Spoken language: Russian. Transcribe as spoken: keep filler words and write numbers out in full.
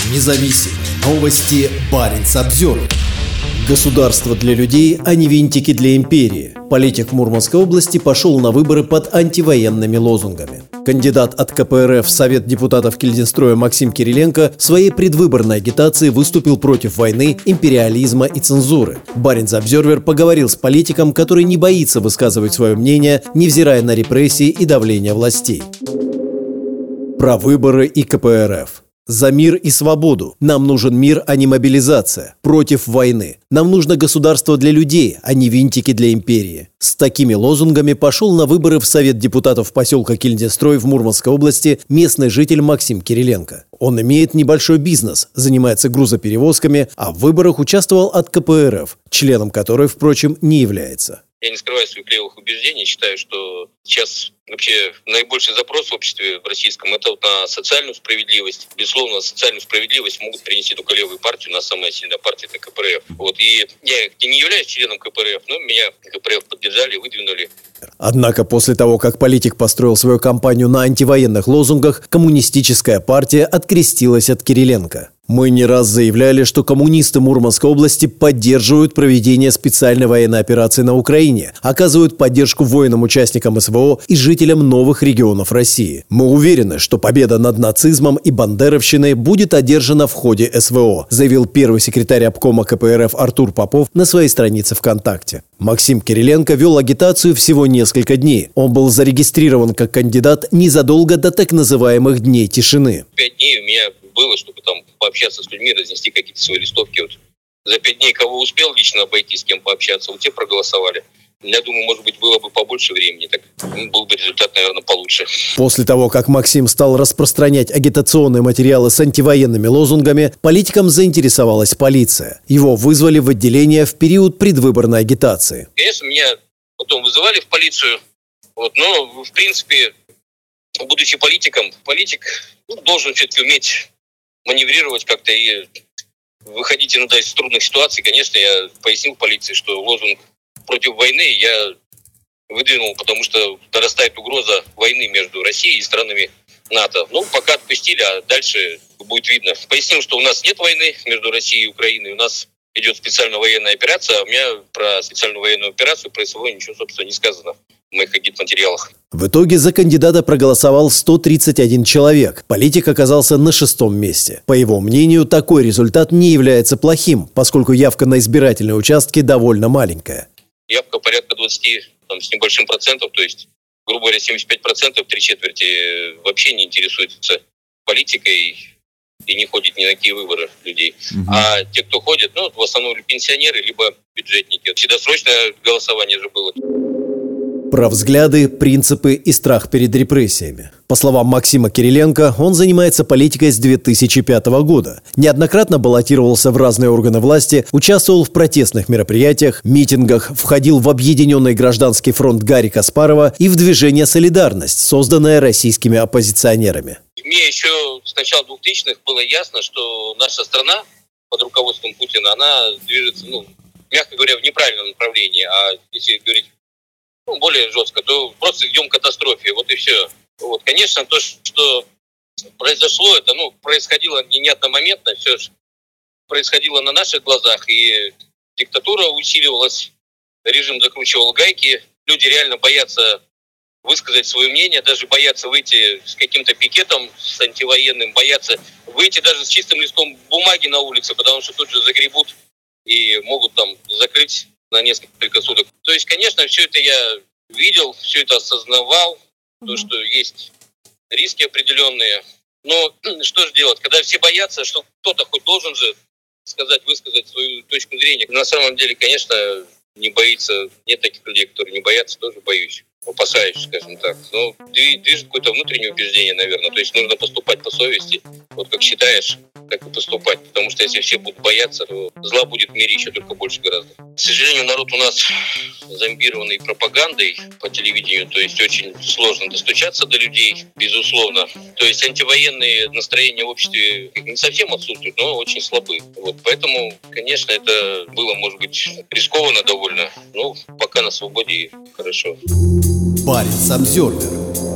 независим. Новости Баренц-Обзервер. Государство для людей, а не винтики для империи. Политик Мурманской области пошел на выборы под антивоенными лозунгами. Кандидат от ка пэ эр эф в Совет депутатов Кильдинстроя Максим Кириленко в своей предвыборной агитации выступил против войны, империализма и цензуры. Баренц-Обзервер поговорил с политиком, который не боится высказывать свое мнение, невзирая на репрессии и давление властей. Про выборы и ка пэ эр эф. За мир и свободу. Нам нужен мир, а не мобилизация. Против войны. Нам нужно государство для людей, а не винтики для империи. С такими лозунгами пошел на выборы в Совет депутатов поселка Кильдинстрой в Мурманской области местный житель Максим Кириленко. Он имеет небольшой бизнес, занимается грузоперевозками, а в выборах участвовал от ка пэ эр эф, членом которой, впрочем, не является. Я не скрываю своих левых убеждений, считаю, что сейчас вообще наибольший запрос в обществе в российском – это вот на социальную справедливость. Безусловно, социальную справедливость могут принести только левые партии, у нас самая сильная партия – это ка пэ эр эф. Вот. И я не являюсь членом ка пэ эр эф, но меня ка пэ эр эф поддержали, выдвинули. Однако после того, как политик построил свою кампанию на антивоенных лозунгах, коммунистическая партия открестилась от Кириленко. Мы не раз заявляли, что коммунисты Мурманской области поддерживают проведение специальной военной операции на Украине, оказывают поддержку воинам-участникам эс вэ о и жителям новых регионов России. Мы уверены, что победа над нацизмом и бандеровщиной будет одержана в ходе эс вэ о, заявил первый секретарь обкома ка пэ эр эф Артур Попов на своей странице ВКонтакте. Максим Кириленко вел агитацию всего несколько дней. Он был зарегистрирован как кандидат незадолго до так называемых дней тишины. Пять дней у меня было, чтобы там пообщаться с людьми, разнести какие-то свои листовки. Вот за пять дней кого успел лично обойти, с кем пообщаться, вот те проголосовали. Я думаю, может быть, было бы побольше времени, так был бы результат, наверное, получше. После того, как Максим стал распространять агитационные материалы с антивоенными лозунгами, политиком заинтересовалась полиция. Его вызвали в отделение в период предвыборной агитации. Конечно, меня потом вызывали в полицию, вот, но, в принципе, будучи политиком, политик ну, должен все-таки уметь маневрировать как-то и выходить иногда из трудных ситуаций. Конечно, я пояснил полиции, что лозунг против войны я выдвинул, потому что нарастает угроза войны между Россией и странами НАТО. Ну, пока отпустили, а дальше будет видно. Пояснил, что у нас нет войны между Россией и Украиной, у нас идет специальная военная операция, а у меня про специальную военную операцию, про эс вэ о ничего, собственно, не сказано в моих агитматериалах. В итоге за кандидата проголосовал сто тридцать один человек. Политик оказался на шестом месте. По его мнению, такой результат не является плохим, поскольку явка на избирательные участки довольно маленькая. Явка порядка двадцати там, с небольшим процентов, то есть, грубо говоря, семьдесят пять процентов, три четверти вообще не интересуются политикой и не ходят ни на какие выборы людей. Угу. А те, кто ходит, ну, в основном пенсионеры, либо бюджетники. Вседосрочное голосование же было. Про взгляды, принципы и страх перед репрессиями. По словам Максима Кириленко, он занимается политикой с две тысячи пятого года. Неоднократно баллотировался в разные органы власти, участвовал в протестных мероприятиях, митингах, входил в Объединенный гражданский фронт Гарри Каспарова и в движение «Солидарность», созданное российскими оппозиционерами. Мне еще с начала двухтысячных было ясно, что наша страна под руководством Путина, она движется, ну, мягко говоря, в неправильном направлении. А если говорить ну, более жестко, то просто идем к катастрофе. Вот и все. Вот, конечно, то, что произошло, это ну, происходило не одномоментно, все происходило на наших глазах, и диктатура усиливалась, режим закручивал гайки, люди реально боятся высказать свое мнение, даже боятся выйти с каким-то пикетом, с антивоенным, боятся выйти даже с чистым листом бумаги на улице, потому что тут же загребут и могут там закрыть на несколько суток. То есть, конечно, все это я видел, все это осознавал, mm-hmm. то, что есть риски определенные. Но что же делать, когда все боятся, что кто-то хоть должен же сказать, высказать свою точку зрения. На самом деле, конечно, не боится, нет таких людей, которые не боятся, тоже боюсь. Опасаюсь, скажем так. Но движет какое-то внутреннее убеждение, наверное. То есть нужно поступать по совести. Вот как считаешь, так и поступать. Потому что если все будут бояться, то зла будет в мире еще только больше гораздо. К сожалению, народ у нас зомбированный пропагандой по телевидению. То есть очень сложно достучаться до людей, безусловно. То есть антивоенные настроения в обществе не совсем отсутствуют, но очень слабы. Вот. Поэтому, конечно, это было, может быть, рискованно довольно. Но пока на свободе хорошо. Баренц-Обзервер.